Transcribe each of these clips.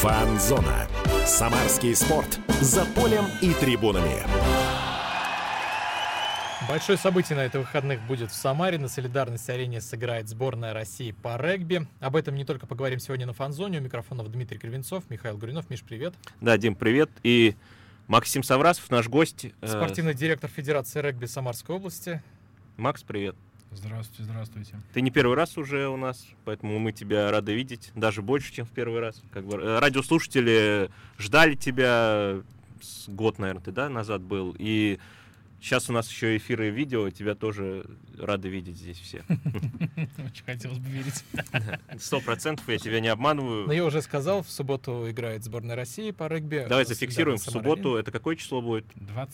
Фан-зона. Самарский спорт. За полем и трибунами. Большое событие на этих выходных будет в Самаре. На Солидарность-арене сыграет сборная России по регби. Об этом не только поговорим сегодня на Фан-зоне. У микрофонов Дмитрий Кривенцов, Михаил Гуринов. Миш, привет. Да, Дим, привет. И Максим Саврасов, наш гость. Спортивный директор Федерации регби Самарской области. Макс, привет. Здравствуйте, здравствуйте. Ты не первый раз уже у нас, поэтому мы тебя рады видеть. Даже больше, чем в первый раз. Радиослушатели ждали тебя год, наверное, ты, да, назад был. И сейчас у нас еще эфиры и видео, тебя тоже рады видеть здесь все. Очень хотелось бы верить. 100%, я тебя не обманываю. Но я уже сказал, в субботу играет сборная России по регби. Давай зафиксируем, в субботу, это какое число будет?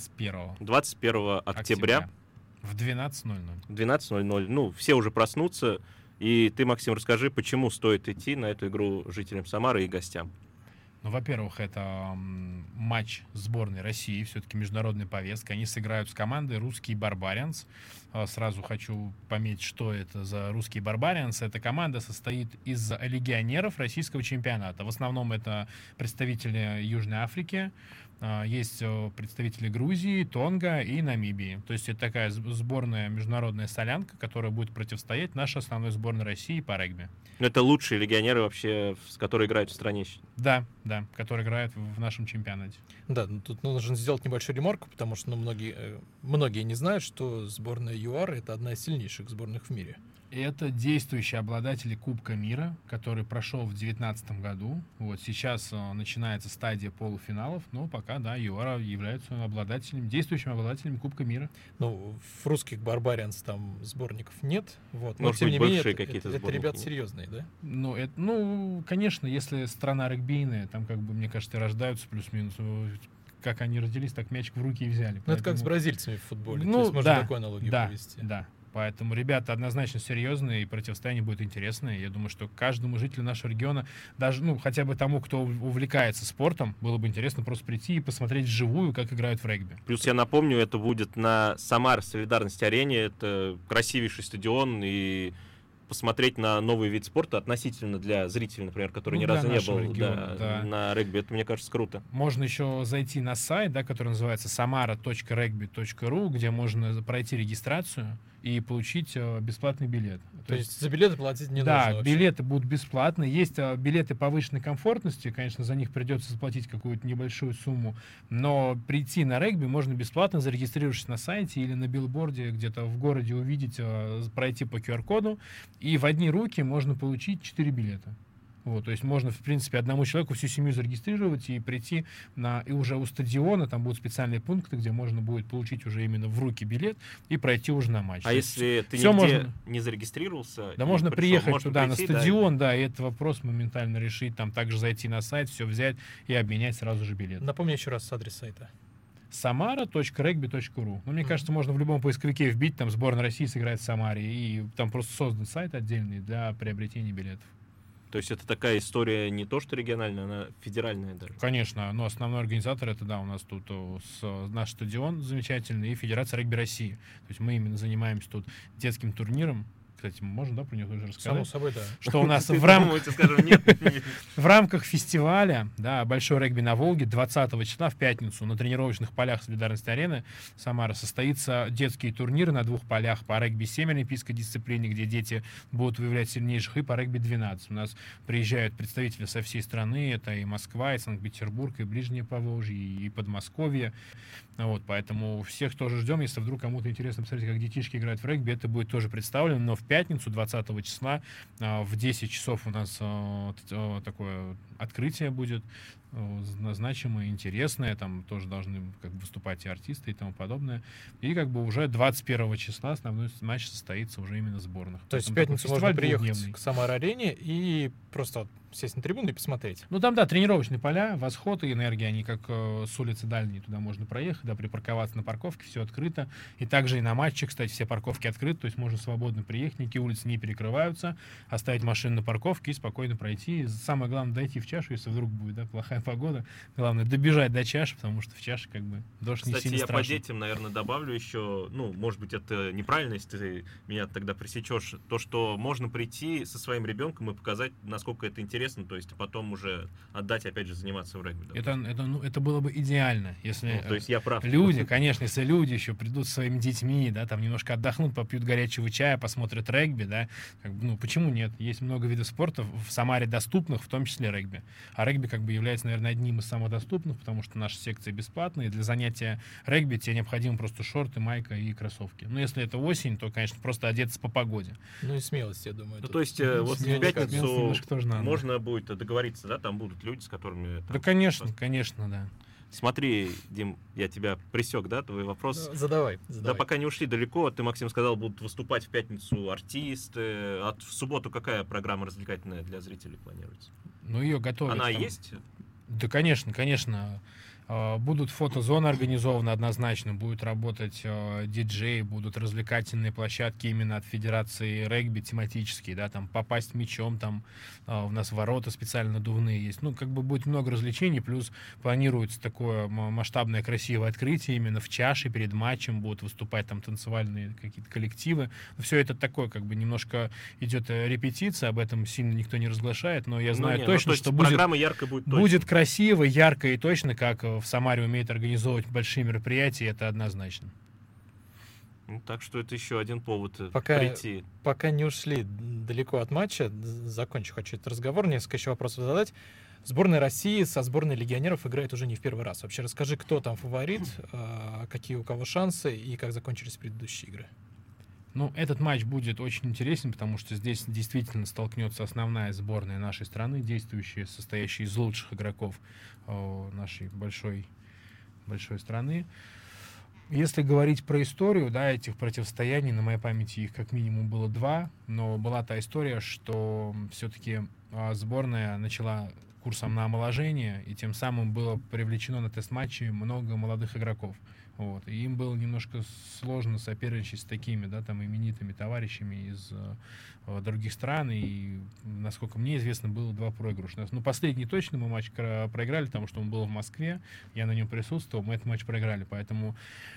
21 октября. В 12:00. В 12:00. Ну, все уже проснутся. И ты, Максим, расскажи, почему стоит идти на эту игру жителям Самары и гостям. Ну, во-первых, это матч сборной России, все-таки международная повестка. Они сыграют с командой «Русские Барбарианс». Сразу хочу пометить, что это за «Русские Барбарианс». Эта команда состоит из легионеров российского чемпионата. В основном это представители Южной Африки. Есть представители Грузии, Тонго и Намибии. То есть это такая сборная международная солянка, которая будет противостоять нашей основной сборной России по регби. Но это лучшие легионеры вообще, которые играют в стране. Да, которые играют в нашем чемпионате. Да, тут нужно сделать небольшую ремарку, потому что многие не знают, что сборная ЮАР — это одна из сильнейших сборных в мире. Это действующие обладатели Кубка мира, который прошел в 2019 году. Вот сейчас начинается стадия полуфиналов, но пока, да, ЮАР являются действующим обладателем Кубка мира. Ну, в русских Барбарианс там сборников нет. Вот. Но, тем не менее, это ребята серьезные, да? Ну, конечно, если страна регбийная, там, мне кажется, рождаются плюс-минус. Как они родились, так мячик в руки и взяли. Ну, это как с бразильцами в футболе. То есть можно такую аналогию провести. Да. Поэтому ребята однозначно серьезные, и противостояние будет интересное. Я думаю, что каждому жителю нашего региона, даже, хотя бы тому, кто увлекается спортом, было бы интересно просто прийти и посмотреть вживую, как играют в регби. Плюс я напомню, это будет на Самар Солидарность-арене. Это красивейший стадион, и посмотреть на новый вид спорта относительно для зрителей, например, который ни разу не был на регби. Это, мне кажется, круто. Можно еще зайти на сайт, который называется samara.regby.ru, где можно пройти регистрацию и получить бесплатный билет. То есть за билеты платить не нужно вообще? Да, билеты будут бесплатные. Есть билеты повышенной комфортности, конечно, за них придется заплатить какую-то небольшую сумму, но прийти на регби можно бесплатно, зарегистрировавшись на сайте или на билборде где-то в городе, увидеть, пройти по QR-коду, и в одни руки можно получить 4 билета. Вот, то есть можно, в принципе, одному человеку всю семью зарегистрировать и прийти и уже у стадиона, там будут специальные пункты, где можно будет получить уже именно в руки билет и пройти уже на матч. А если ты нигде не зарегистрировался? Да, можно приехать туда, на стадион, и этот вопрос моментально решить, там также зайти на сайт, все взять и обменять сразу же билет. Напомни еще раз адрес сайта. samara.regby.ru. Мне кажется, можно в любом поисковике вбить, там сборная России сыграет в Самаре, и там просто создан сайт отдельный для приобретения билетов. То есть это такая история не то что региональная, она федеральная даже. Конечно, но основной организатор это, у нас тут наш стадион замечательный и Федерация регби России. То есть мы именно занимаемся тут детским турниром. Кстати, можно, про него тоже рассказать? Само собой, да. Что у нас в рамках фестиваля, Большой регби на Волге, 20 числа в пятницу на тренировочных полях Солидарности-арены Самара состоится детский турнир на 2 полях по регби-7 олимпийской дисциплине, где дети будут выявлять сильнейших, и по регби-12. У нас приезжают представители со всей страны, это и Москва, и Санкт-Петербург, и Ближнее Поволжье, и Подмосковье. Вот, поэтому всех тоже ждем. Если вдруг кому-то интересно посмотреть, как детишки играют в регби, это будет тоже представлено, но в пятницу, 20 числа, в 10 часов у нас такое открытие будет значимое, интересное, там тоже должны выступать и артисты и тому подобное. И уже 21 числа основной матч состоится уже именно сборных. То есть в пятницу можно приехать к Самар-арене и просто сесть на трибуну и посмотреть. Там, тренировочные поля, Восход и Энергия, они как с улицы Дальней, туда можно проехать, припарковаться на парковке, все открыто. И также и на матче, кстати, все парковки открыты, то есть можно свободно приехать, никакие улицы не перекрываются, оставить машину на парковке и спокойно пройти. И самое главное — дойти в чашу, если вдруг будет плохая погода. Главное — добежать до чаши, потому что в чаше дождь не сильно страшен. Кстати, я по детям, наверное, добавлю еще, может быть, это неправильно, если ты меня тогда пресечешь, то, что можно прийти со своим ребенком и показать, насколько это интересно интересно, то есть потом уже отдать, опять же, заниматься в регби. Это было бы идеально, если то есть я прав. люди, конечно, если люди еще придут со своими детьми, да, там немножко отдохнут, попьют горячего чая, посмотрят регби, да, почему нет? Есть много видов спорта в Самаре доступных, в том числе регби. А регби как бы является, наверное, одним из самых доступных, потому что наши секции бесплатные. Для занятия регби тебе необходимы просто шорты, майка и кроссовки. Ну, если это осень, то, конечно, просто одеться по погоде. Ну и смелость, я думаю. То есть вот в пятницу тоже можно будет договориться, да, там будут люди, с которыми... Да, конечно, да. Смотри, Дим, я тебя пресек, да, твой вопрос? Задавай. Да, пока не ушли далеко, ты, Максим, сказал, будут выступать в пятницу артисты. А в субботу какая программа развлекательная для зрителей планируется? Ну, ее готовят. Она есть? Да, конечно. Будут фотозоны организованы однозначно, будет работать диджей, будут развлекательные площадки именно от Федерации регби тематические, да, там попасть мячом, там у нас ворота специально надувные есть. Ну, как бы будет много развлечений, плюс планируется такое масштабное красивое открытие именно в чаше перед матчем, будут выступать там танцевальные какие-то коллективы. Все это такое, как бы немножко идет репетиция, об этом сильно никто не разглашает, но я знаю точно, что программа ярко будет красиво, ярко и точно, как в Самаре умеет организовывать большие мероприятия, это однозначно. Ну, так что это еще один повод прийти. Пока не ушли далеко от матча, хочу этот разговор, несколько еще вопросов задать. Сборная России со сборной легионеров играет уже не в первый раз. Вообще расскажи, кто там фаворит, какие у кого шансы и как закончились предыдущие игры. Ну, этот матч будет очень интересен, потому что здесь действительно столкнется основная сборная нашей страны, действующая, состоящая из лучших игроков нашей большой страны. Если говорить про историю, да, этих противостояний, на моей памяти их как минимум было 2, но была та история, что все-таки сборная начала курсом на омоложение, и тем самым было привлечено на тест-матчи много молодых игроков. Вот. И им было немножко сложно соперничать с такими, да, там, именитыми товарищами из других стран. И, насколько мне известно, было 2 проигрыша. Ну, последний точно мы матч проиграли, потому что он был в Москве, я на нем присутствовал, мы этот матч проиграли. Поэтому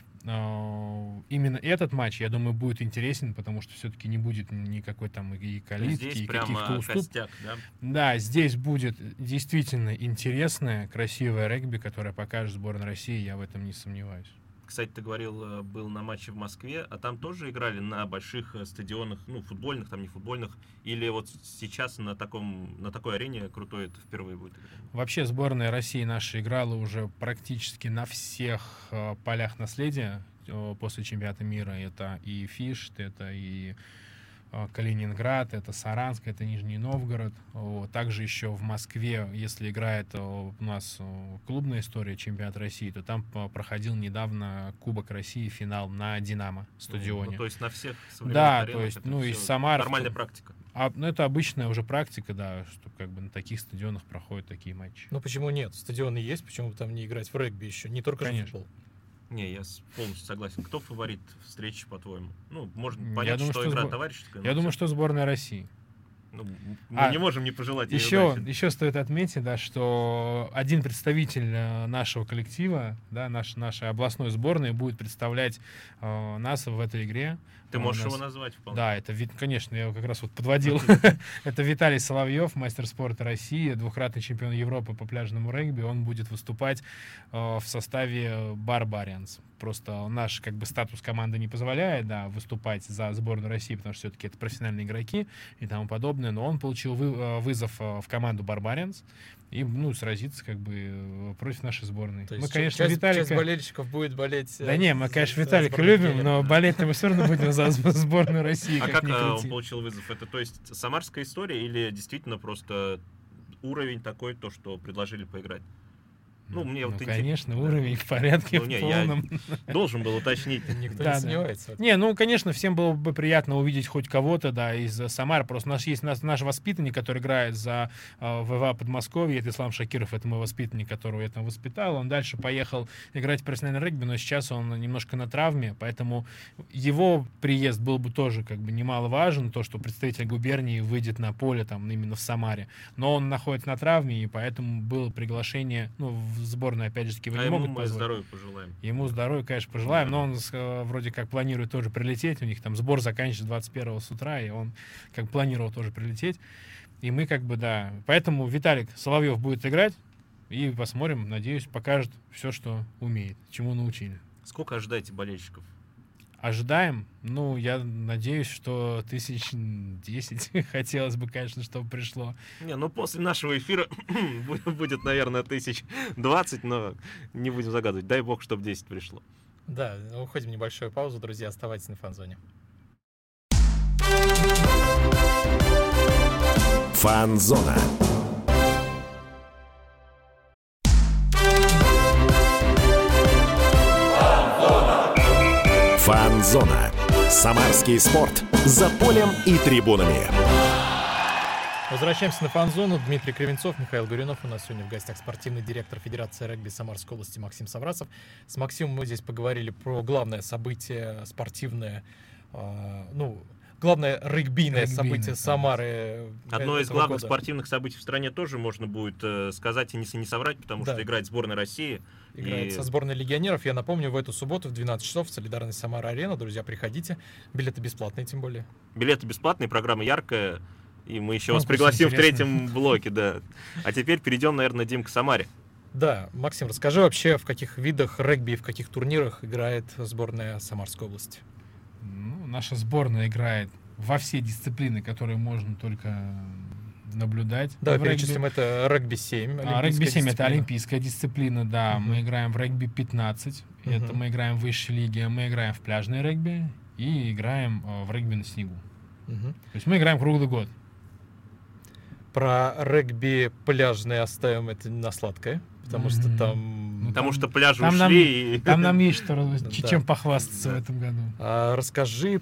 именно этот матч, я думаю, будет интересен, потому что все-таки не будет никакой там и калитки, и каких-то уступок. Да, здесь будет действительно интересное, красивое регби, которое покажет сборная России, я в этом не сомневаюсь. Кстати, ты говорил, был на матче в Москве, а там тоже играли на больших стадионах, ну, футбольных, там не футбольных, или вот сейчас на такой арене крутой это впервые будет играть? Вообще сборная России наша играла уже практически на всех полях наследия после чемпионата мира. Это и Фишт, это и Калининград, это Саранск, это Нижний Новгород. Также еще в Москве, если играет у нас клубная история чемпионат России, то там проходил недавно Кубок России, финал на Динамо стадионе. Ну, то есть на всех современных аренах. Да, то есть, из Самары. Нормальная практика. Это обычная уже практика, да, что как бы на таких стадионах проходят такие матчи. Ну почему нет? Стадионы есть, почему бы там не играть в регби еще? Не только же футбол. Не, я полностью согласен. Кто фаворит встречи, по-твоему? Ну, можно понять, что игра товарищеская. Я думаю, что сборная России. Ну, мы не можем не пожелать ей удачи. Еще стоит отметить, да, что один представитель нашего коллектива, да, нашей областной сборной будет представлять нас в этой игре. Ты можешь его назвать вполне. Да, это, конечно, я его как раз вот подводил. Это Виталий Соловьев, мастер спорта России, 2-кратный чемпион Европы по пляжному регби. Он будет выступать в составе Barbarians. Просто наш как бы статус команды не позволяет, да, выступать за сборную России, потому что все-таки это профессиональные игроки и тому подобное. Но он получил вызов в команду Barbarians и, сразиться как бы против нашей сборной. То есть мы, конечно, часть болельщиков будет болеть... Да не, мы, конечно, Виталика любим, но болеть мы все равно будем за сборную России. А как он получил вызов? Это, то есть, самарская история или действительно просто уровень такой, то, что предложили поиграть? Конечно, уровень в порядке, в полном. Я должен был уточнить. Никто не сомневается. Конечно, всем было бы приятно увидеть хоть кого-то, да, из Самары. Просто у нас есть наш воспитанник, который играет за ВВА Подмосковье. Это Ислам Шакиров, это мой воспитанник, которого я там воспитал. Он дальше поехал играть в профессиональный регби, но сейчас он немножко на травме, поэтому его приезд был бы тоже как бы немаловажен, то, что представитель губернии выйдет на поле там именно в Самаре. Но он находится на травме, и поэтому было приглашение, в сборную, опять же таки, вы А не ему могут мы позволить. здоровья пожелаем. Ему здоровья, конечно, пожелаем, но он вроде как планирует тоже прилететь. У них там сбор заканчивается 21 с утра, и он как планировал тоже прилететь. И мы как бы, да. Поэтому Виталик Соловьев будет играть, и посмотрим, надеюсь, покажет все, что умеет, чему научили. Сколько ожидаете болельщиков? Ожидаем. Ну, я надеюсь, что 1010 хотелось бы, конечно, чтобы пришло. Не, ну после нашего эфира будет, наверное, 1020, но не будем загадывать. Дай бог, чтобы 10 пришло. Да, уходим в небольшую паузу, друзья, оставайтесь на Фан-зоне. Фан-зона. Фан-зона. Самарский спорт. За полем и трибунами. Возвращаемся на Фан-зону. Дмитрий Кривенцов, Михаил Гуринов. У нас сегодня в гостях спортивный директор Федерации регби Самарской области Максим Саврасов. С Максимом мы здесь поговорили про главное событие спортивное, главное регбийное событие Самары. Одно из этого главных года. спортивных событий в стране тоже можно будет сказать и не соврать, потому Да. что играет сборная России. Играет со сборной легионеров. Я напомню, в эту субботу в 12 часов в Солидарность Самара-Арена. Друзья, приходите. Билеты бесплатные, тем более. Билеты бесплатные, программа яркая. И мы еще вас Конкурс пригласим в интересный. третьем блоке, да. А теперь перейдем, наверное, Дим, к Самаре. Да, Максим, расскажи вообще, в каких видах регби, в каких турнирах играет сборная Самарской области? Ну, наша сборная играет во все дисциплины, которые можно только наблюдать. Да, в регби. перечислим, это регби-7. Регби-7 это олимпийская дисциплина, да. Мгм. Мы играем в регби-15, это Мгм. мы играем в высшей лиге, мы играем в пляжное регби и играем в регби на снегу. То есть мы играем круглый год. Про регби пляжное оставим это на сладкое, потому что Мгм. там... Ну, Потому там- что пляжи там ушли. и- Там нам есть что, Да. чем похвастаться Да. в этом году. Расскажи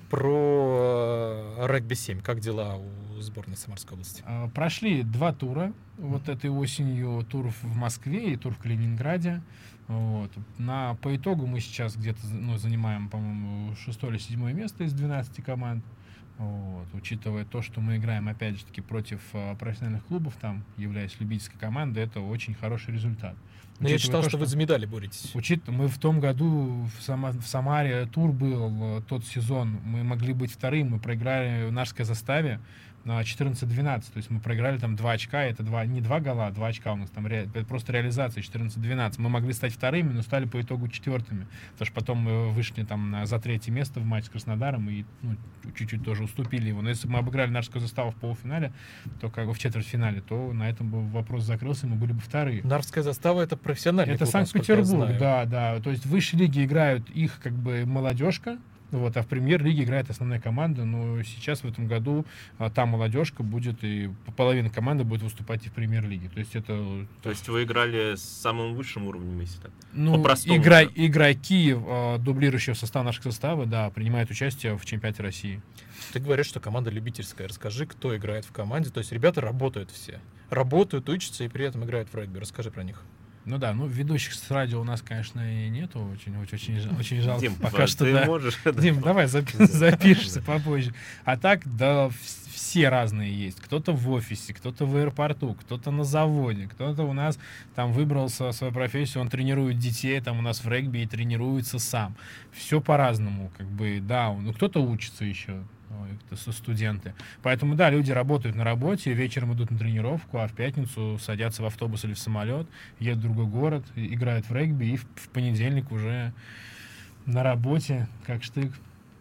про регби-7. Как дела у сборной Самарской области? Прошли 2 тура. Вот этой осенью тур в Москве и тур в Калининграде. Вот. По итогу мы сейчас где-то занимаем, по-моему, 6 или 7 место из 12 команд. Вот. Учитывая то, что мы играем, опять же таки, против профессиональных клубов, там, являясь любительской командой, это очень хороший результат. Но я Учитывая читал, то, что вы за медали боретесь. Мы в том году в Самаре тур был, тот сезон, мы могли быть вторым, мы проиграли в Нарской заставе на 14-12, то есть мы проиграли там 2 очка, это не 2 гола, 2 очка у нас там, это просто реализация 14-12. Мы могли стать вторыми, но стали по итогу четвертыми, потому что потом мы вышли там за 3-е место в матче с Краснодаром и чуть-чуть тоже уступили его. Но если бы мы обыграли Нарскую заставу в полуфинале, то как в четвертьфинале, то на этом бы вопрос закрылся, мы были бы вторые. Нарвская застава — это профессиональный Это клуб, насколько я Санкт-Петербург, знаю. да. То есть в высшей лиге играют их как бы молодежка, вот, а в премьер-лиге играет основная команда. Но сейчас в этом году та молодежка будет, и половина команды будет выступать и в премьер-лиге. То есть это... То есть вы играли с самым высшим уровнем, если так. Ну, по-простому, игроки, дублирующие состав наших составов, да, принимают участие в чемпионате России. Ты говоришь, что команда любительская. Расскажи, кто играет в команде. То есть ребята работают все. Работают, учатся и при этом играют в регби. Расскажи про них. Ну да, ведущих с радио у нас, конечно, и нету. Очень жалко. Дим, Пока что, ты да. можешь? Дим, давай запишешься попозже. А так, да, все разные есть. Кто-то в офисе, кто-то в аэропорту, кто-то на заводе, кто-то у нас там выбрался свою профессию, он тренирует детей, там у нас в регби и тренируется сам. Все по-разному, как бы, да. Ну, кто-то учится еще. Студенты. Поэтому, да, люди работают на работе, вечером идут на тренировку, а в пятницу садятся в автобус или в самолет, едут в другой город, играют в регби, и в понедельник уже на работе, как штык.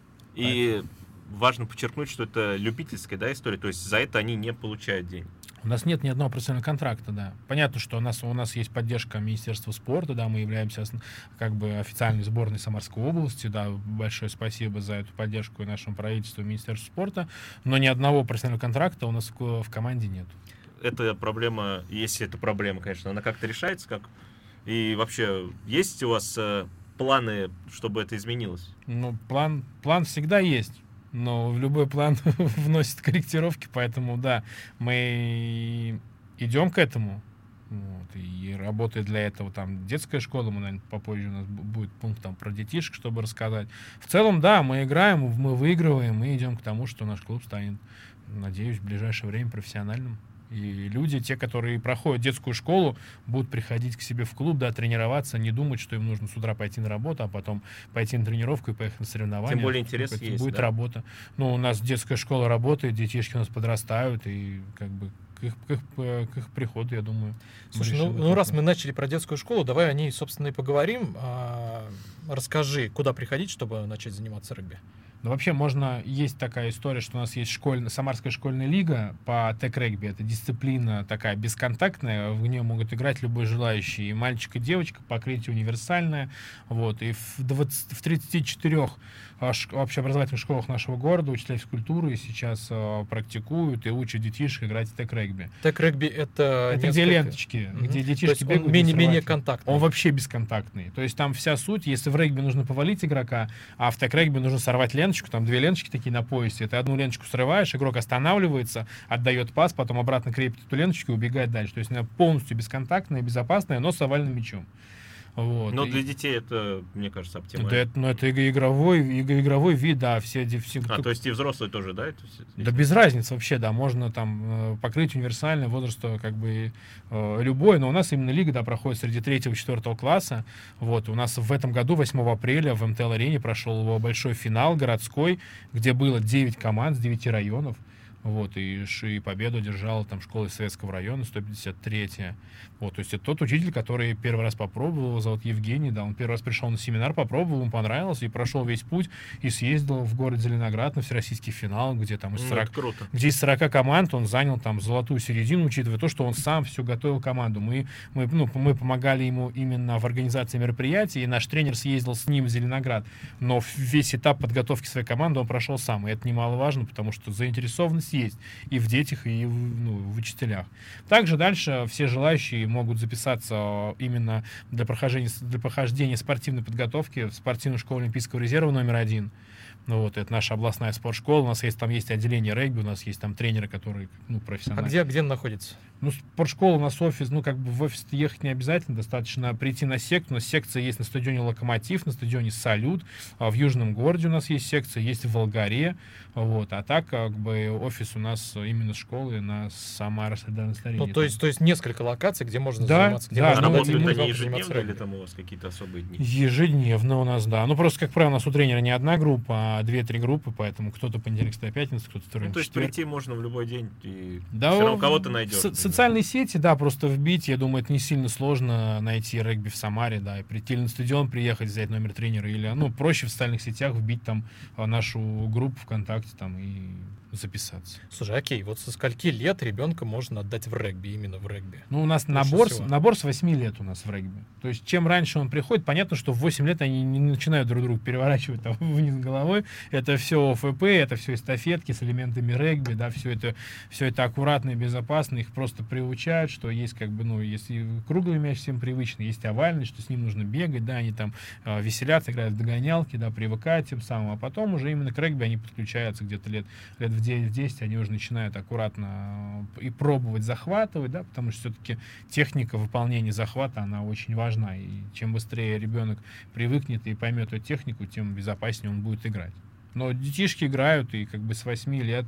И важно подчеркнуть, что это любительская, да, история, то есть за это они не получают денег. У нас нет ни одного профессионального контракта, да. Понятно, что у нас есть поддержка Министерства спорта, да, мы являемся как бы официальной сборной Самарской области, да, большое спасибо за эту поддержку и нашему правительству, и Министерству спорта, но ни одного профессионального контракта у нас в команде нет. Это проблема, если это проблема, конечно, она как-то решается, как... И вообще, есть у вас планы, чтобы это изменилось? Ну, план всегда есть. Но в любой план вносит корректировки, поэтому, да, мы идем к этому. Вот, и работает для этого там детская школа, мы, наверное, попозже у нас будет пункт там про детишек, чтобы рассказать. В целом, да, мы играем, мы выигрываем, мы идем к тому, что наш клуб станет, надеюсь, в ближайшее время профессиональным. И люди, те, которые проходят детскую школу, будут приходить к себе в клуб, да, тренироваться, не думать, что им нужно с утра пойти на работу, а потом пойти на тренировку и поехать на соревнования. Тем более интерес это есть, будет да? работа. Ну, у нас детская школа работает, детишки у нас подрастают, и как бы к их приходу, я думаю. Слушай, решим ну этот раз вопрос. мы начали про детскую школу, давай о ней, собственно, и поговорим. Расскажи, куда приходить, чтобы начать заниматься регби. Ну, вообще, есть такая история, что у нас есть Самарская школьная лига по тег-регби. Это дисциплина такая бесконтактная, в нее могут играть любой желающий, и мальчик, и девочка, покрытие универсальное. Вот, и в 34 общеобразовательных школах нашего города учителя физкультуры сейчас практикуют и учат детишек играть в тег-регби. Тег-регби — это Это где ленточки, Мгм. где То детишки есть он бегают. менее срывают. контактный. Он вообще бесконтактный. То есть там вся суть, если в регби нужно повалить игрока, а в тег-регби нужно сорвать ленточку, там 2 ленточки такие на поясе, ты одну ленточку срываешь, игрок останавливается, отдает пас, потом обратно крепит эту ленточку и убегает дальше. То есть она полностью бесконтактная, безопасная, но с овальным мячом. Вот. Но И- для детей это, мне кажется, да, оптимально. это игровой вид, да, все То есть и взрослые тоже, да? То есть, да без разницы вообще, да, можно там покрыть универсальный возраст как бы любой, но у нас именно лига, да, проходит среди 3-4 класса. Вот, у нас в этом году, 8 апреля, в МТЛ-арене прошел большой финал городской, где было 9 команд с 9 районов. Вот, и победу одержала там школа из Советского района, 153-я. Вот, то есть это тот учитель, который первый раз попробовал, его зовут Евгений, да, он первый раз пришел на семинар, попробовал, ему понравилось, и прошел весь путь, и съездил в город Зеленоград на всероссийский финал, где там из 40, это круто. где из 40 команд он занял там золотую середину, учитывая то, что он сам все готовил команду. Мы помогали ему именно в организации мероприятий, и наш тренер съездил с ним в Зеленоград, но весь этап подготовки своей команды он прошел сам, и это немаловажно, потому что заинтересованность есть и в детях, и в учителях. Также дальше все желающие могут записаться именно для прохождения спортивной подготовки в спортивную школу Олимпийского резерва номер 1. Ну вот, это наша областная спортшкола, у нас там есть отделение регби, у нас есть там тренеры, которые, А профессиональные. где она находится? Ну, спортшкола у нас офис, в офис ехать не обязательно, достаточно прийти на секцию. У нас секция есть на стадионе «Локомотив», на стадионе «Салют», в Южном городе у нас есть секция, есть в Волгаре, вот, а так, офис у нас именно школы на Самарской арене. Ну, то есть несколько локаций, где можно Да, заниматься, где да, можно Работают заниматься они регби. ежедневно или там у вас какие-то особые дни? Ежедневно у нас, да. Ну, просто, как правило, у нас у тренера не одна группа, а 2-3 группы, поэтому кто-то понедельник, среда, пятница, кто-то вторник, То есть четверг. прийти можно в любой день, и Да, все равно кого-то найдешь. Социальные сети, да, просто вбить, я думаю, это не сильно сложно найти регби в Самаре, да, и прийти на стадион, приехать, взять номер тренера, или, проще в социальных сетях вбить там нашу группу ВКонтакте там и записаться. Слушай, окей, вот со скольки лет ребенка можно отдать в регби, именно в регби? Ну, у нас Лучше набор всего. с 8 лет у нас в регби. То есть, чем раньше он приходит, понятно, что в 8 лет они не начинают друг друга переворачивать там вниз головой. Это все ОФП, это все эстафетки с элементами регби, да, все это аккуратно и безопасно. Их просто приучают, что есть если круглый мяч всем привычный, есть овальный, что с ним нужно бегать, да, они там веселятся, играют в догонялки, да, привыкают тем самым. А потом уже именно к регби они подключаются где-то лет в 9-10, они уже начинают аккуратно и пробовать захватывать, да, потому что все-таки техника выполнения захвата, она очень важна, и чем быстрее ребенок привыкнет и поймет эту технику, тем безопаснее он будет играть. Но детишки играют и с 8 лет,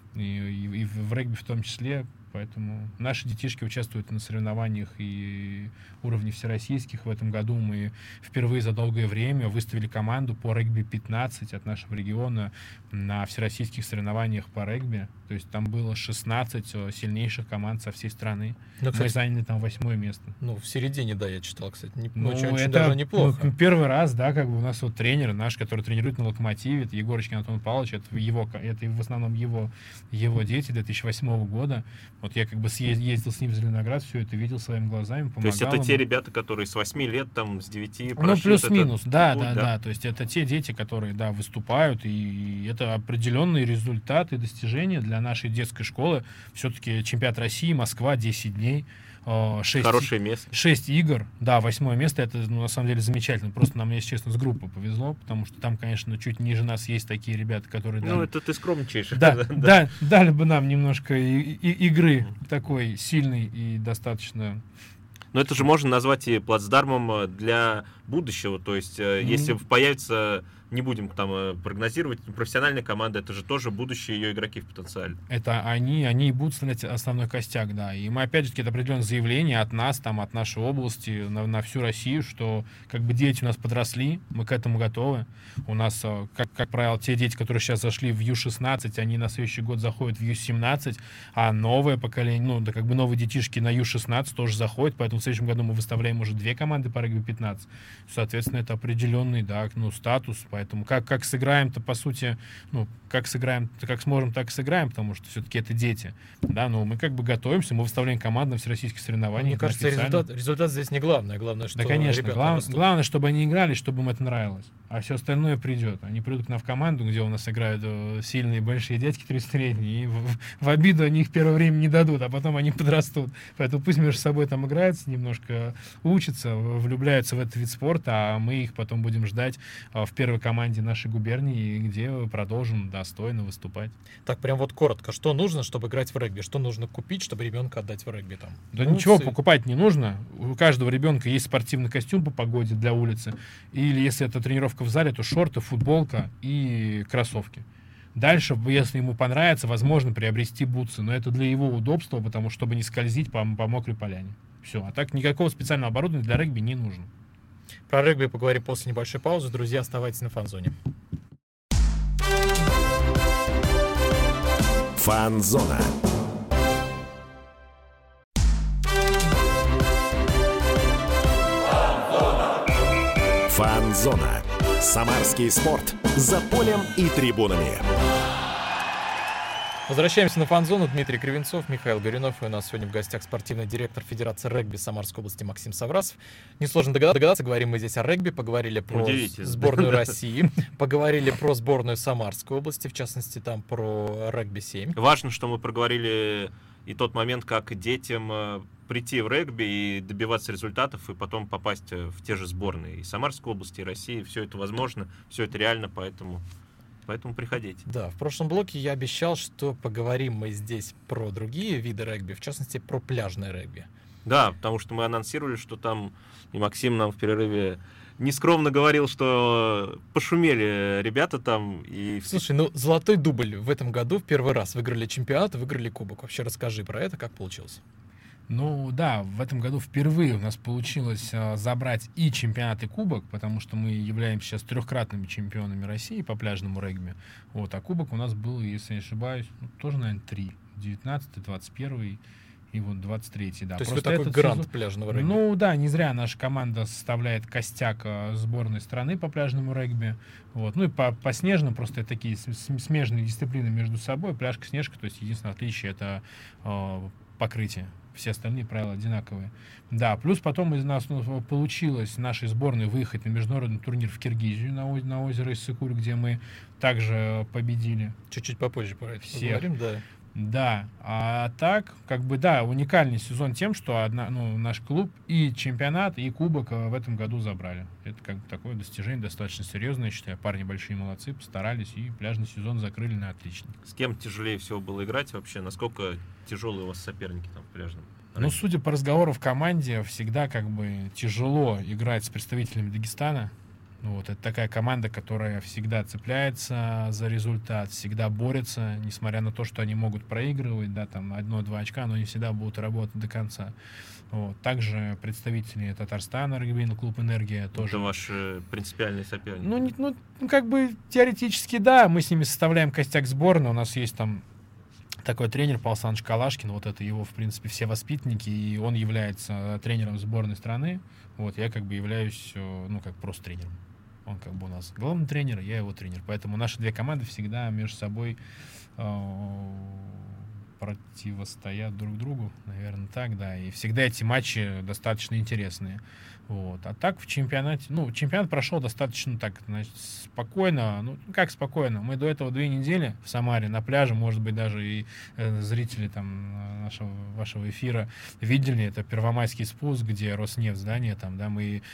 и в регби в том числе, поэтому наши детишки участвуют на соревнованиях и уровне всероссийских. В этом году мы впервые за долгое время выставили команду по регби-15 от нашего региона на всероссийских соревнованиях по регби. То есть там было 16 сильнейших команд со всей страны. Ну, Мы кстати, заняли там 8 место. в середине, да, я читал, кстати. Ну, Очень это даже неплохо. Первый раз, да, у нас тренер наш, который тренирует на «Локомотиве», это Егорочкин Антон Павлович, это в основном его дети 2008 года. Вот я ездил с ним в Зеленоград, все это видел своими глазами, помогал То есть это ему. те ребята, которые с 8 лет, там, с 9 Ну, плюс-минус, да. да. То есть это те дети, которые, да, выступают, и это определенные результаты, достижения для нашей детской школы. Все-таки чемпионат России, Москва, 10 дней. 6 Хорошее место. 6 игр, да, 8 место, это, на самом деле, замечательно. Просто нам, если честно, с группой повезло, потому что там, конечно, чуть ниже нас есть такие ребята, которые... Это ты скромничаешь. Да, дали бы нам немножко игры такой сильной и достаточно... Но это же можно назвать и плацдармом для будущего. То есть, если появится, не будем там прогнозировать, профессиональная команда, это же тоже будущие ее игроки в потенциале. Это они и будут становить основной костяк, да. И мы, опять же, это определенное заявление от нас, там, от нашей области на всю Россию, что как бы дети у нас подросли, мы к этому готовы. У нас, как правило, те дети, которые сейчас зашли в Ю-16, они на следующий год заходят в Ю-17, а новое поколение, как бы новые детишки на Ю-16 тоже заходят, поэтому в следующем году мы выставляем уже 2 команды по регби-15. Соответственно, это определенный, да, статус, поэтому как сыграем-то, по сути, как сможем, так и сыграем, потому что все-таки это дети, да, но мы как бы готовимся, мы выставляем команды на всероссийских соревнованиях. Мне кажется, результат здесь не главное, главное, что да, конечно, ребята главное, чтобы они играли, чтобы им это нравилось, а все остальное придет. Они придут к нам в команду, где у нас играют сильные большие дядьки 30-летние, и в обиду они их первое время не дадут, а потом они подрастут. Поэтому пусть между собой там играются, немножко учатся, влюбляются в этот вид спорта, а мы их потом будем ждать в первой команде нашей губернии, где продолжим достойно выступать. Так, прям вот коротко, что нужно, чтобы играть в регби? Что нужно купить, чтобы ребенка отдать в регби? Там? Да ничего покупать не нужно. У каждого ребенка есть спортивный костюм по погоде для улицы. Или если это тренировка в зале, то шорты, футболка и кроссовки. Дальше, если ему понравится, возможно приобрести бутсы, но это для его удобства, потому что, чтобы не скользить по мокрой поляне. Все. А так никакого специального оборудования для регби не нужно. Про регби поговорим после небольшой паузы. Друзья, оставайтесь на Фан-зоне. Фан-зона. Фан-зона. Самарский спорт. За полем и трибунами. Возвращаемся на Фан-зону. Дмитрий Кривенцов, Михаил Горюнов. И у нас сегодня в гостях спортивный директор Федерации регби Самарской области Максим Саврасов. Несложно догадаться, говорим мы здесь о регби, поговорили про сборную России, поговорили про сборную Самарской области, в частности, там про регби-7. Важно, что мы проговорили и тот момент, как детям прийти в регби и добиваться результатов, и потом попасть в те же сборные и Самарской области, и России. Все это возможно, все это реально, поэтому приходите. Да, в прошлом блоке я обещал, что поговорим мы здесь про другие виды регби, в частности, про пляжное регби. Да, потому что мы анонсировали, что там, и Максим нам в перерыве нескромно говорил, что пошумели ребята там. Слушай, золотой дубль в этом году в первый раз. Выиграли чемпионат, выиграли кубок. Вообще расскажи про это, как получилось. Да, в этом году впервые у нас получилось забрать и чемпионат, и кубок, потому что мы являемся сейчас 3-кратными чемпионами России по пляжному регби. А кубок у нас был, если не ошибаюсь, тоже, наверное, 3. 19-й, 21-й и 23-й, да. То есть вы такой грант пляжного регби? Да, не зря наша команда составляет костяк сборной страны по пляжному регби. И по снежным просто такие смежные дисциплины между собой. Пляжка, снежка, то есть единственное отличие — это покрытие. Все остальные правила одинаковые. Да, плюс потом из нас получилось нашей сборной выехать на международный турнир в Киргизию на озеро Иссык-Куль, где мы также победили. Чуть-чуть попозже про это поговорим, да. Да, а так, уникальный сезон тем, что наш клуб и чемпионат, и кубок в этом году забрали. Это такое достижение достаточно серьезное, я считаю. Парни большие молодцы, постарались, и пляжный сезон закрыли на отлично. С кем тяжелее всего было играть вообще? Насколько тяжелые у вас соперники там в пляжном? Судя по разговору в команде, всегда тяжело играть с представителями Дагестана. Это такая команда, которая всегда цепляется за результат, всегда борется, несмотря на то, что они могут проигрывать, да, там 1-2 очка, но они всегда будут работать до конца. Также представители Татарстана, регбийный клуб «Энергия» тоже. Это ваши принципиальные соперники? Теоретически, да, мы с ними составляем костяк сборной, у нас есть там такой тренер Павел Александрович Калашкин, это его, в принципе, все воспитанники, и он является тренером сборной страны, я являюсь, просто тренером. Он у нас главный тренер, я его тренер. Поэтому наши две команды всегда между собой противостоят друг другу, наверное, так, да. И всегда эти матчи достаточно интересные. А так в чемпионате, чемпионат прошел достаточно спокойно. Как спокойно? Мы до этого 2 недели в Самаре на пляже, может быть, даже и зрители вашего эфира видели, это Первомайский спуск, где Роснефть здание, мы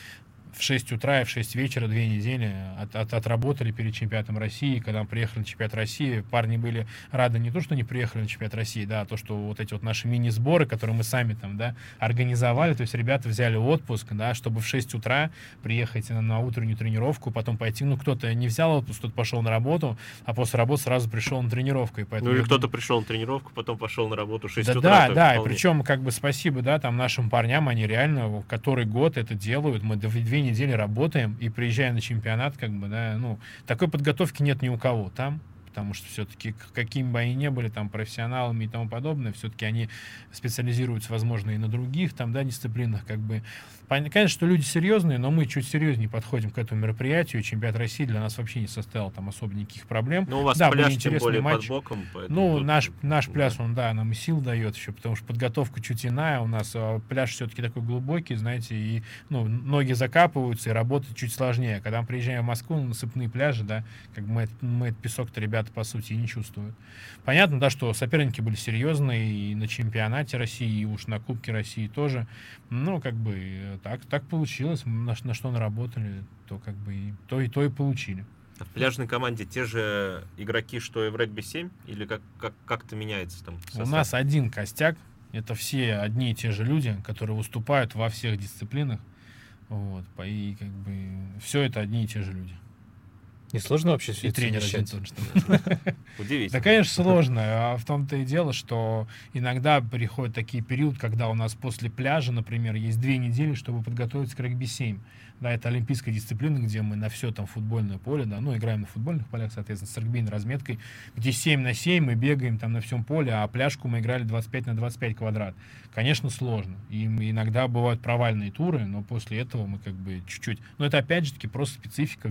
в 6 утра и в 6 вечера 2 недели отработали перед чемпионатом России. Когда мы приехали на чемпионат России, парни были рады не то, что не приехали на чемпионат России, да, а то, что вот эти вот наши мини-сборы, которые мы сами там, да, организовали, то есть ребята взяли отпуск, да, чтобы в 6 утра приехать на утреннюю тренировку, потом пойти, ну, кто-то не взял отпуск, кто-то пошел на работу, а после работы сразу пришел на тренировку. И поэтому, Ну или кто-то пришел на тренировку, потом пошел на работу в 6 да, утра. да, вполне. и причем, как бы, спасибо, да, там, нашим парням, они реально который год это делают, мы 2 недели работаем и приезжаем на чемпионат, как бы, да, ну, такой подготовки нет ни у кого там, потому что все-таки, какими бы они ни были там профессионалами и тому подобное, все-таки они специализируются, возможно, и на других там, да, дисциплинах, как бы. Конечно, что люди серьезные, но мы чуть серьезнее подходим к этому мероприятию. Чемпионат России для нас вообще не составил там особо никаких проблем. Ну, у вас да, пляж, были тем интересные более, матчи. под боком. Ну, тут, наш да. пляж, он, да, нам и сил дает еще, потому что подготовка чуть иная. У нас пляж все-таки такой глубокий, знаете, и, ну, ноги закапываются, и работать чуть сложнее. Когда мы приезжаем в Москву на насыпные пляжи, да, как бы мы этот песок-то ребята, по сути, и не чувствуют. Понятно, да, что соперники были серьезные и на чемпионате России, и уж на Кубке России тоже. Ну, как бы, так получилось. На что наработали, то как бы и то и получили. А в пляжной команде те же игроки, что и в регби-7? Или как-то меняется там состав? У нас один костяк. Это все одни и те же люди, которые выступают во всех дисциплинах. Вот. И как бы все это одни и те же люди. Не сложно вообще все И это тренер один совмещать? тот же. Удивительно. Да, конечно, сложно. А в том-то и дело, что иногда приходят такие периоды, когда у нас после пляжа, например, есть 2 недели, чтобы подготовиться к регби-7. Да, это олимпийская дисциплина, где мы на все там футбольное поле, да, ну, играем на футбольных полях, соответственно, с регбийной разметкой, где 7/7 мы бегаем там на всем поле, а пляжку мы играли 25/25 квадрат. Конечно, сложно. И иногда бывают провальные туры, но после этого мы как бы чуть-чуть... Но это опять же таки просто специфика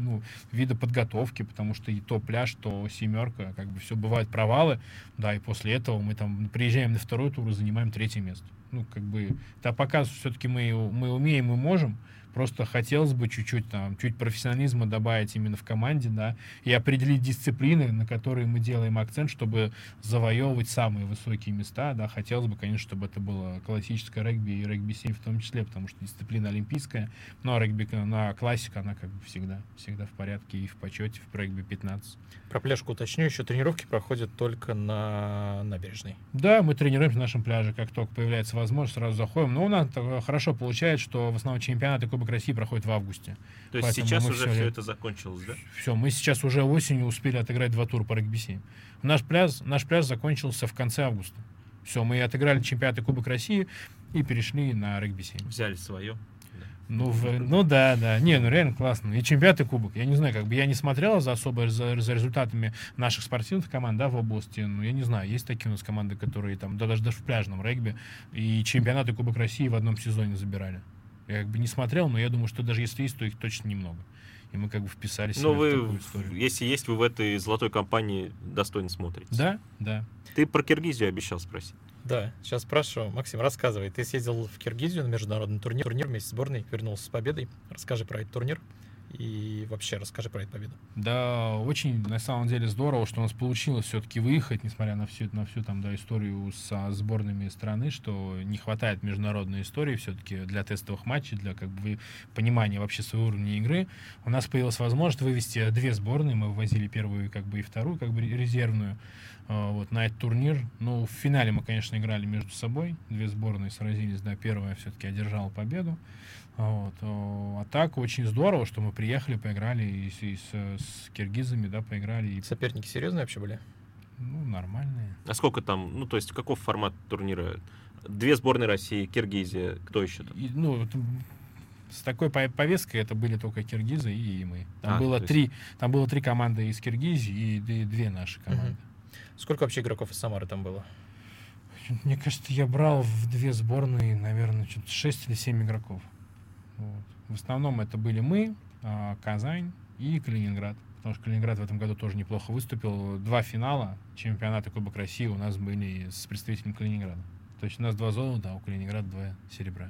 вида подготовки, потому что и то пляж, то семерка, как бы все бывают провалы, да, и после этого мы там приезжаем на второй тур и занимаем 3-е место. Ну, как бы, это показывает, все-таки мы умеем и можем. Просто хотелось бы чуть-чуть там, чуть профессионализма добавить именно в команде, да, и определить дисциплины, на которые мы делаем акцент, чтобы завоевывать самые высокие места, да. Хотелось бы, конечно, чтобы это было классическое регби и регби-7 в том числе, потому что дисциплина олимпийская, но регби, классика, она как бы всегда в порядке и в почете, в регби-15. Про пляжку уточню, еще тренировки проходят только на набережной. Да, мы тренируемся на нашем пляже, как только появляется возможность, сразу заходим. Но у нас хорошо получается, что в основном чемпионаты Кубок России проходят в августе. То есть Поэтому сейчас мы уже всё все лето- это закончилось, да? Все, мы сейчас уже осенью успели отыграть 2 тура по регби-7. Наш пляж закончился в конце августа. Все, мы отыграли чемпионаты Кубок России и перешли на регби-7. Взяли свое. Ну да. Не, ну реально классно. И чемпионат, и кубок. Я не знаю, как бы я не смотрел за результатами наших спортивных команд, да, в области. Ну, я не знаю, есть такие у нас команды, которые там, да, даже в пляжном регби и чемпионат, и Кубок России в одном сезоне забирали. Я как бы не смотрел, но я думаю, что даже если есть, то их точно немного. И мы как бы вписались Ну, в вы, такую историю. если есть, вы в этой золотой компании достойно смотрите. Да. Ты про Киргизию обещал спросить. Да, сейчас спрошу. Максим, рассказывай. Ты съездил в Киргизию на международный турнир вместе с сборной, вернулся с победой. Расскажи про этот турнир и вообще расскажи про эту победу. Да, очень, на самом деле, здорово, что у нас получилось все-таки выехать, несмотря на всю там, да, историю со сборными страны, что не хватает международной истории все-таки для тестовых матчей, для как бы понимания вообще своего уровня игры. У нас появилась возможность вывести 2 сборные, мы вывозили первую как бы и вторую, как бы резервную, вот, на этот турнир. Ну, в финале мы, конечно, играли между собой, 2 сборные сразились, да, первая все-таки одержала победу. Вот. А так очень здорово, что мы приехали, поиграли и с киргизами, да, поиграли. И, Соперники серьезные вообще были? ну, нормальные. А сколько там, ну, то есть каков формат турнира? 2 сборные России, Киргизия, кто еще там? И, ну, с такой повесткой это были только киргизы и мы. Там, то есть- там было 3 команды из Киргизии и 2 наши команды. Сколько вообще игроков из Самары там было? Мне кажется, я брал в 2 сборные, наверное, 6 или 7 игроков. Вот. В основном это были мы, Казань и Калининград. Потому что Калининград в этом году тоже неплохо выступил. 2 финала чемпионата Кубок России у нас были с представителем Калининграда. То есть у нас 2 золота, а у Калининграда 2 серебра.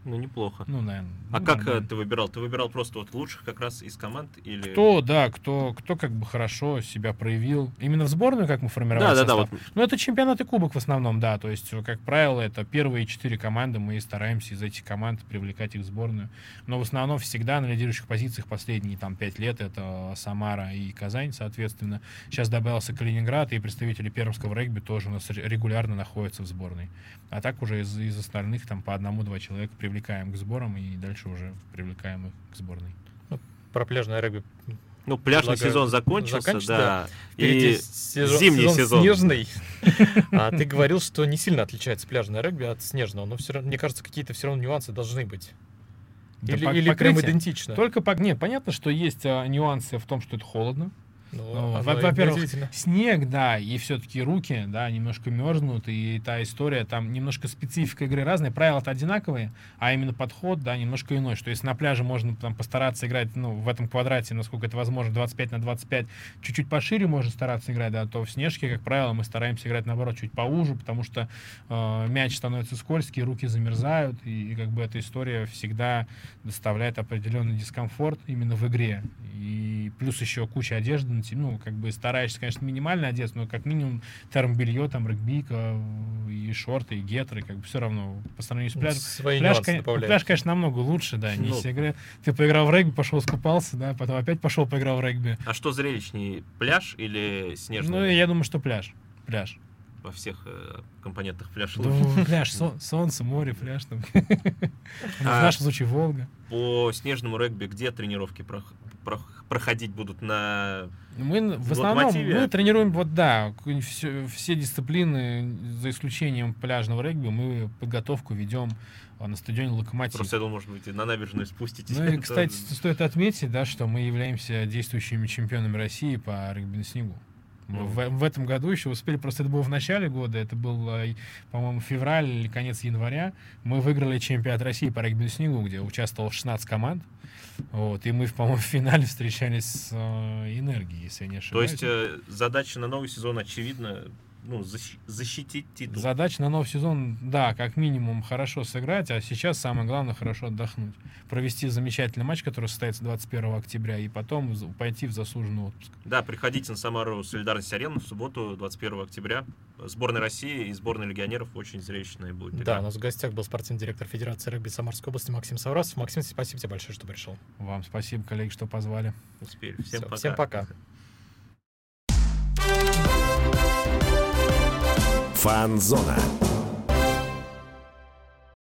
Ну, неплохо. Ну, наверное. А как ты выбирал? Ты выбирал просто вот лучших как раз из команд? Или... Кто как бы хорошо себя проявил. Именно в сборную, как мы формировали состав? Да, вот. Ну, это чемпионат и кубок в основном, да. То есть, как правило, это первые 4 команды, мы стараемся из этих команд привлекать их в сборную. Но в основном всегда на лидирующих позициях последние там 5 лет это Самара и Казань, соответственно. Сейчас добавился Калининград, и представители пермского регби тоже у нас регулярно находятся в сборной. А так уже из остальных там по 1-2 человека привлекаем к сборам и дальше уже привлекаем их к сборной. Про пляжное регби. Ну, пляжный сезон закончился, да. И зимний сезон. Снежный. А ты говорил, что не сильно отличается пляжное регби от снежного, но все равно, мне кажется, какие-то все равно нюансы должны быть. Или прям идентично? Нет, понятно, что есть нюансы в том, что это холодно. Ну, во-первых, снег, да, и все-таки руки, да, немножко мерзнут, и та история, там немножко специфика игры разная, правила-то одинаковые, а именно подход, да, немножко иной, что если на пляже можно там постараться играть, ну, в этом квадрате, насколько это возможно, 25 на 25, чуть-чуть пошире можно стараться играть, да, то в снежке, как правило, мы стараемся играть, наоборот, чуть поуже, потому что мяч становится скользкий, руки замерзают, и как бы эта история всегда доставляет определенный дискомфорт именно в игре, и плюс еще куча одежды, ну, как бы стараешься, конечно, минимально одеться, но как минимум термобелье, там, регбийка, и шорты, и гетры, как бы все равно по сравнению с пляжем. Пляж, конечно, намного лучше, да, не игры. Ты поиграл в регби, пошел скупался, да, потом опять пошел поиграл в регби. А что зрелищнее, пляж или снежный? Ну, я думаю, что пляж. Во всех компонентах пляж лучше. Ну, пляж, солнце, море, пляж. Там. В нашем случае Волга. По снежному регби где тренировки проходить будут? В основном мы тренируем, все дисциплины, за исключением пляжного регби, мы подготовку ведем на стадионе «Локомотив». Просто я думал, может быть, на набережную спуститесь. Ну и, кстати, стоит отметить, да, что мы являемся действующими чемпионами России по регби на снегу. В этом году еще успели, просто это было в начале года, это был, по-моему, февраль или конец января, мы выиграли чемпионат России по регби на снегу, где участвовало 16 команд, вот, и мы, по-моему, в финале встречались с «Энергией», если я не ошибаюсь. То есть задача на новый сезон, очевидно, защитить титул. Задача на новый сезон, да, как минимум хорошо сыграть, а сейчас самое главное хорошо отдохнуть. Провести замечательный матч, который состоится 21 октября, и потом пойти в заслуженный отпуск. Да, приходите на Самару Солидарность-арену в субботу, 21 октября. Сборная России и сборная легионеров очень зрелищная будет. Да, у нас в гостях был спортивный директор Федерации регби Самарской области Максим Саврасов. Максим, спасибо тебе большое, что пришел. Вам спасибо, коллеги, что позвали. Успели. Всем пока. Всем пока. Фан-зона.